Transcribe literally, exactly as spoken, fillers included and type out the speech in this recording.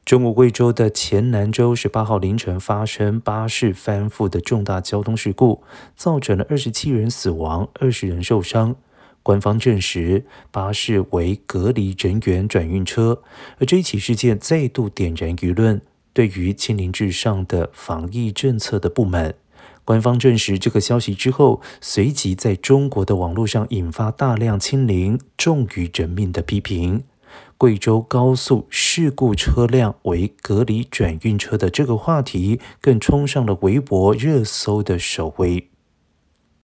中国贵州的黔南州十八号凌晨发生巴士翻覆的重大交通事故，造成了二十七人死亡，二十人受伤。官方证实，巴士为隔离人员转运车，而这一起事件再度点燃舆论对于清零至上的防疫政策的不满。官方证实这个消息之后，随即在中国的网络上引发大量清零重于人命的批评。贵州高速事故车辆为隔离转运车的这个话题，更冲上了微博热搜的首位。